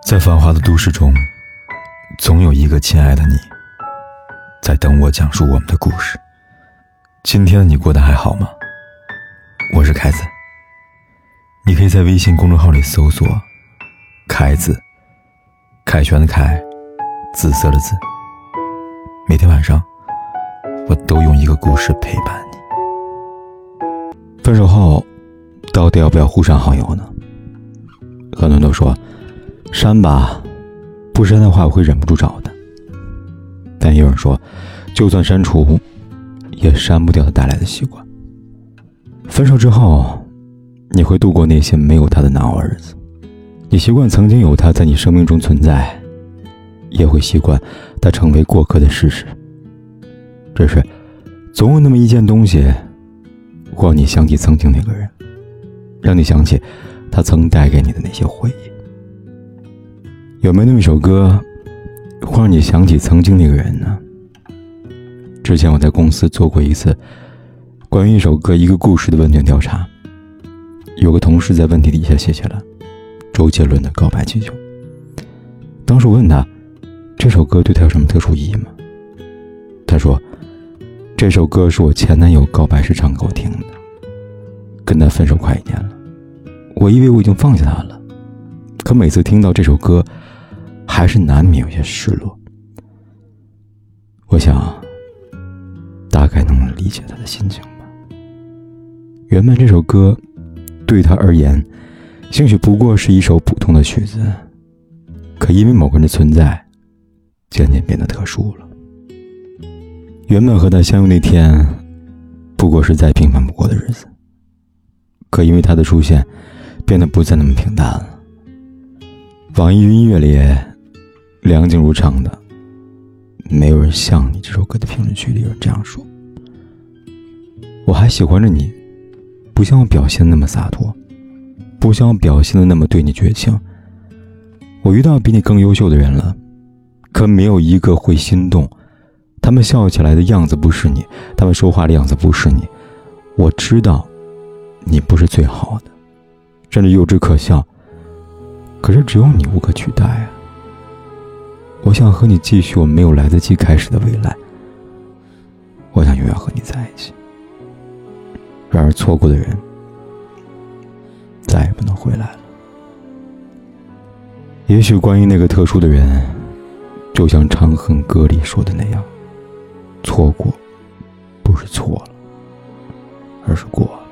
在繁华的都市中，总有一个亲爱的你，在等我讲述我们的故事。今天的你过得还好吗？我是凯子，你可以在微信公众号里搜索凯子，凯旋的凯，紫色的紫。每天晚上我都用一个故事陪伴你。分手后到底要不要互删好友呢？很多人都说删吧，不删的话我会忍不住找的。但也有人说，就算删除也删不掉它带来的习惯。分手之后，你会度过那些没有他的难熬日子，你习惯曾经有他在你生命中存在，也会习惯他成为过客的事实。只是总有那么一件东西会让你想起曾经那个人，让你想起他曾带给你的那些回忆。有没有那么一首歌会让你想起曾经那个人呢？之前我在公司做过一次关于一首歌一个故事的问卷调查，有个同事在问题底下写下了周杰伦的告白气球。当时我问他，这首歌对他有什么特殊意义吗？他说，这首歌是我前男友告白时唱给我听的，跟他分手快1年了，我以为我已经放下他了，可每次听到这首歌还是难免有些失落。我想大概能理解他的心情吧。原本这首歌对他而言兴许不过是一首普通的曲子，可因为某个人的存在渐渐变得特殊了。原本和他相遇那天不过是再平凡不过的日子，可因为他的出现变得不再那么平淡了。网易云音乐里梁静茹唱的没有人像你这首歌的评论区里有人这样说，我还喜欢着你，不像我表现那么洒脱，不像我表现的那么对你绝情。我遇到比你更优秀的人了，可没有一个会心动，他们笑起来的样子不是你，他们说话的样子不是你。我知道你不是最好的，甚至幼稚可笑，可是只有你无可取代啊。我想和你继续我没有来得及开始的未来，我想永远和你在一起。然而错过的人再也不能回来了。也许关于那个特殊的人，就像《长恨歌》里说的那样，错过不是错了，而是过了。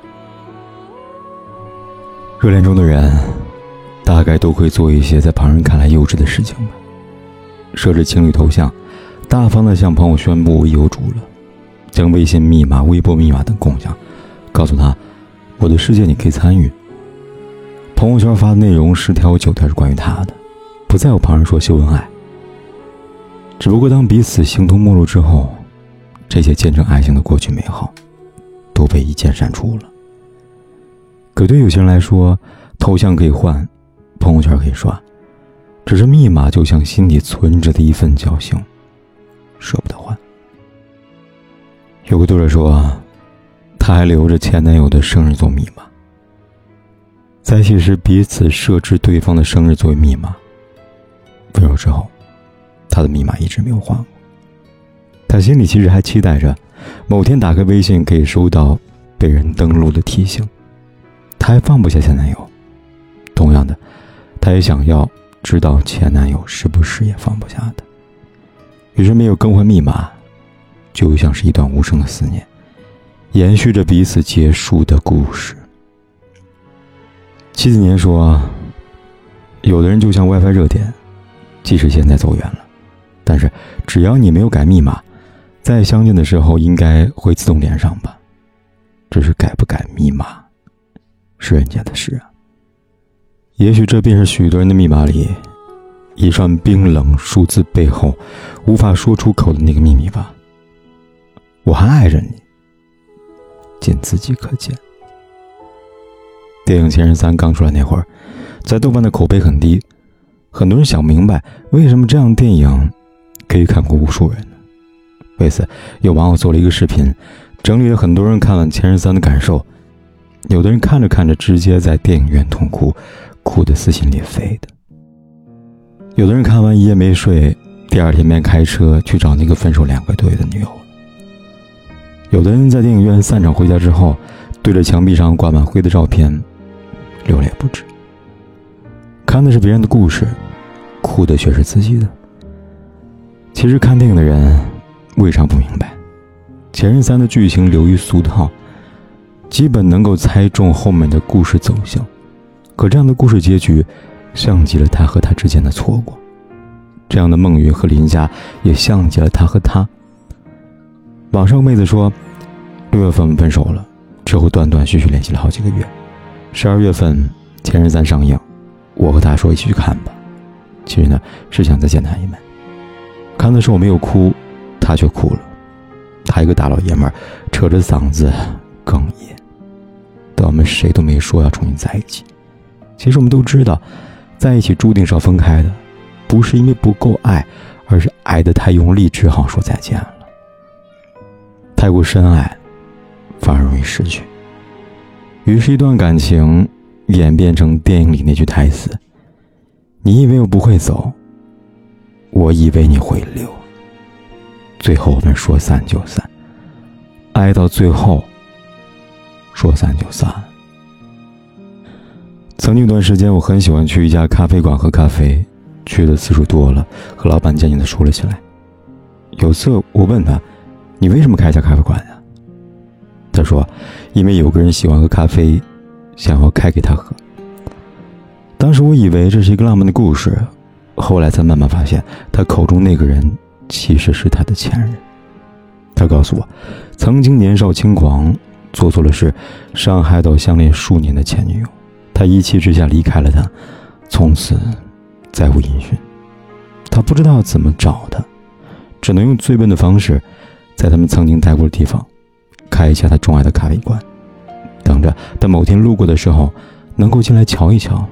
热恋中的人大概都会做一些在旁人看来幼稚的事情吧，设置情侣头像，大方地向朋友宣布有主了，将微信密码、微博密码等共享，告诉他我的世界你可以参与。朋友圈发的内容10条9条是关于他的，不再有旁人说秀恩爱。只不过当彼此形同陌路之后，这些见证爱情的过去美好都被一键删除了。可对有些人来说，头像可以换，朋友圈可以刷，只是密码就像心底存着的一份侥幸，舍不得换。有个读者说，他还留着前男友的生日做密码，在一起时彼此设置对方的生日作为密码，分手之后他的密码一直没有换过。他心里其实还期待着某天打开微信可以收到被人登录的提醒。他还放不下前男友，同样的，他也想要知道前男友是不是也放不下的。于是没有更换密码，就像是一段无声的思念，延续着彼此结束的故事。7几年说，有的人就像 WiFi 热点，即使现在走远了，但是只要你没有改密码，在相见的时候应该会自动连上吧。只是改不改密码是人家的事啊。也许这便是许多人的密码里一串冰冷数字背后无法说出口的那个秘密吧。我还爱着你，仅自己可见。电影《前任3》刚出来那会儿，在豆瓣的口碑很低，很多人想明白为什么这样的电影可以看过无数人呢？为此有网友做了一个视频，整理了很多人看完《前任3》的感受。有的人看着看着直接在电影院痛哭，哭得撕心裂肺的。 有的人看完一夜没睡，第二天便开车去找那个分手2个多月的女友。有的人在电影院散场回家之后，对着墙壁上挂满灰的照片流泪不止。看的是别人的故事，哭的却是自己的。其实看电影的人未尝不明白，前任3的剧情流于俗套，基本能够猜中后面的故事走向，可这样的故事结局像极了他和他之间的错过，这样的孟云和林佳也像极了他和他。网上妹子说，6月份我们分手了，之后断断续续联系了好几个月。12月份前任3上映，我和他说一起去看吧，其实呢是想再见他一面。看的时候我没有哭，他却哭了。他一个大老爷们儿扯着嗓子哽咽，但我们谁都没说要重新在一起。其实我们都知道，在一起注定是要分开的，不是因为不够爱，而是爱得太用力，只好说再见了。太过深爱，反而容易失去。于是一段感情演变成电影里那句台词：你以为我不会走，我以为你会留。最后我们说散就散，爱到最后说散就散。曾经一段时间，我很喜欢去一家咖啡馆喝咖啡，去的次数多了，和老板渐渐地熟了起来。有次我问他，你为什么开一家咖啡馆呀？他说，因为有个人喜欢喝咖啡，想要开给他喝。当时我以为这是一个浪漫的故事，后来才慢慢发现，他口中那个人其实是他的前任。他告诉我，曾经年少轻狂，做错了事，伤害到相恋数年的前女友。他一气之下离开了他，从此再无音讯。他不知道怎么找他，只能用最笨的方式，在他们曾经待过的地方开一家他钟爱的咖啡馆，等着他某天路过的时候能够进来瞧一瞧。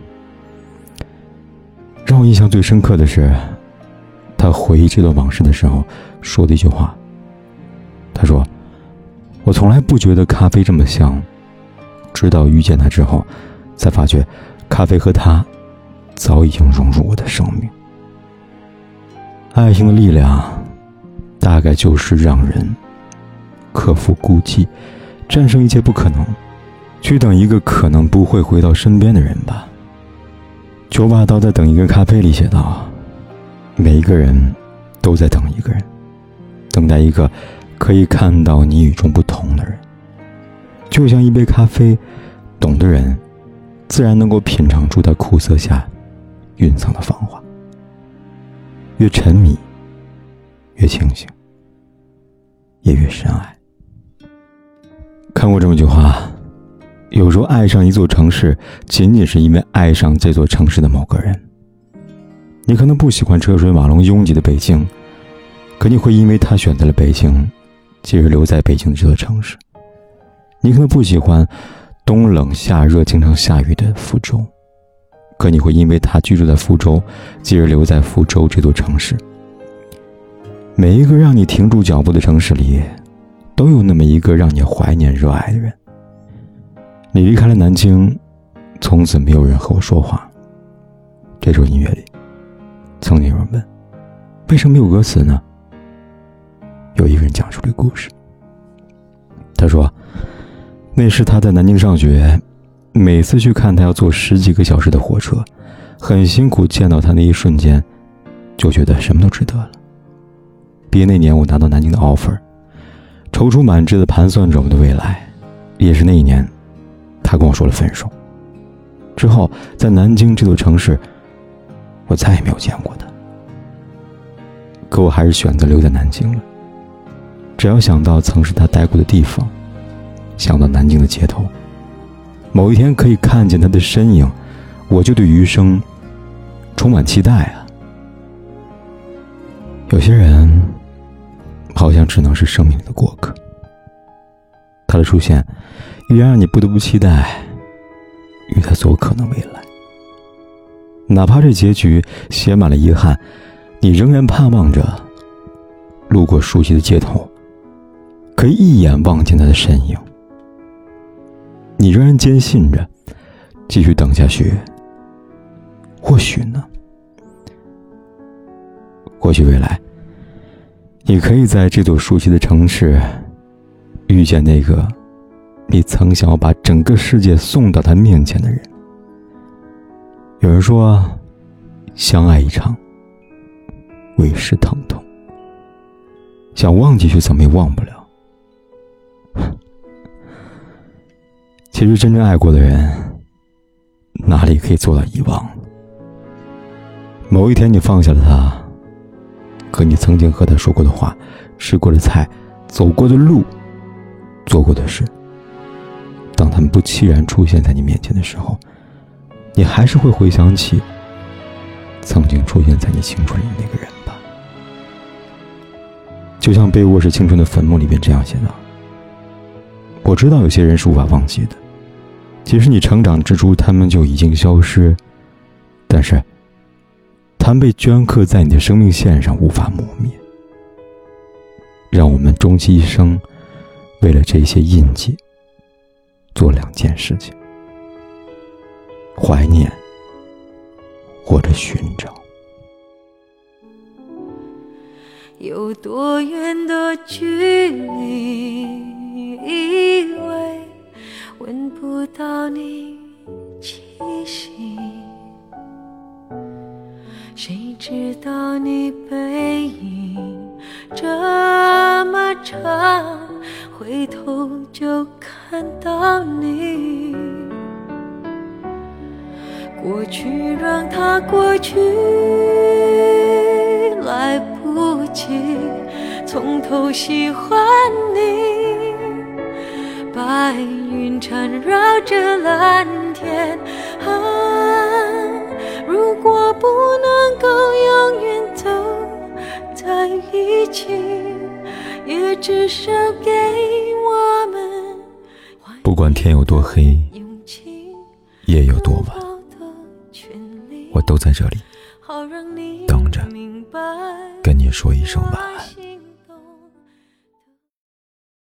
让我印象最深刻的是，他回忆这段往事的时候说的一句话。他说，我从来不觉得咖啡这么香，直到遇见他之后才发觉咖啡和他早已经融入我的生命。爱情的力量大概就是让人克服孤寂，战胜一切不可能，去等一个可能不会回到身边的人吧。九把刀在等一个咖啡里写道，每一个人都在等一个人，等待一个可以看到你与众不同的人。就像一杯咖啡，懂的人自然能够品尝出它苦涩下蕴藏的芳华。越沉迷越清醒，也越深爱。看过这么一句话，有时候爱上一座城市，仅仅是因为爱上这座城市的某个人。你可能不喜欢车水马龙拥挤的北京，可你会因为他选择了北京，继而留在北京的这座城市。你可能不喜欢冬冷夏热经常下雨的福州，可你会因为他居住在福州，继而留在福州这座城市。每一个让你停住脚步的城市里，都有那么一个让你怀念热爱的人。你离开了南京，从此没有人和我说话。这首音乐里曾经有人问，为什么没有歌词呢？有一个人讲述了故事。他说，那时他在南京上学，每次去看他要坐10几个小时的火车，很辛苦，见到他那一瞬间就觉得什么都值得了。毕业那年我拿到南京的 offer， 踌躇满志地盘算着我们的未来。也是那一年他跟我说了分手。之后在南京这座城市，我再也没有见过他。可我还是选择留在南京了。只要想到曾是他待过的地方，想到南京的街头，某一天可以看见他的身影，我就对余生充满期待啊。有些人好像只能是生命里的过客，他的出现依然让你不得不期待与他所有可能未来。哪怕这结局写满了遗憾，你仍然盼望着路过熟悉的街头，可以一眼望见他的身影。你仍然坚信着继续等下去，或许呢， 或许未来，你可以在这座熟悉的城市遇见那个你曾想要把整个世界送到他面前的人。有人说，相爱一场，为时疼痛，想忘记却怎么也忘不了。其实真正爱过的人，哪里可以做到遗忘？某一天你放下了他，可你曾经和他说过的话，吃过的菜，走过的路，做过的事，当他们不期然出现在你面前的时候，你还是会回想起曾经出现在你青春里的那个人吧。就像《被窝是青春的坟墓》里面这样写道：我知道有些人是无法忘记的，即使你成长之初他们就已经消失，但是他们被镌刻在你的生命线上，无法磨灭。让我们终其一生，为了这些印记做2件事情：怀念或者寻找。 有多远的距离，以为闻不到你气息，谁知道你背影这么长，回头就看到你。过去让它过去，来不及从头喜欢你。白云缠绕着蓝天，如果不能够永远走在一起，也至少给我们不管天有多黑，夜有多晚，我都在这里等着跟你说一声晚安。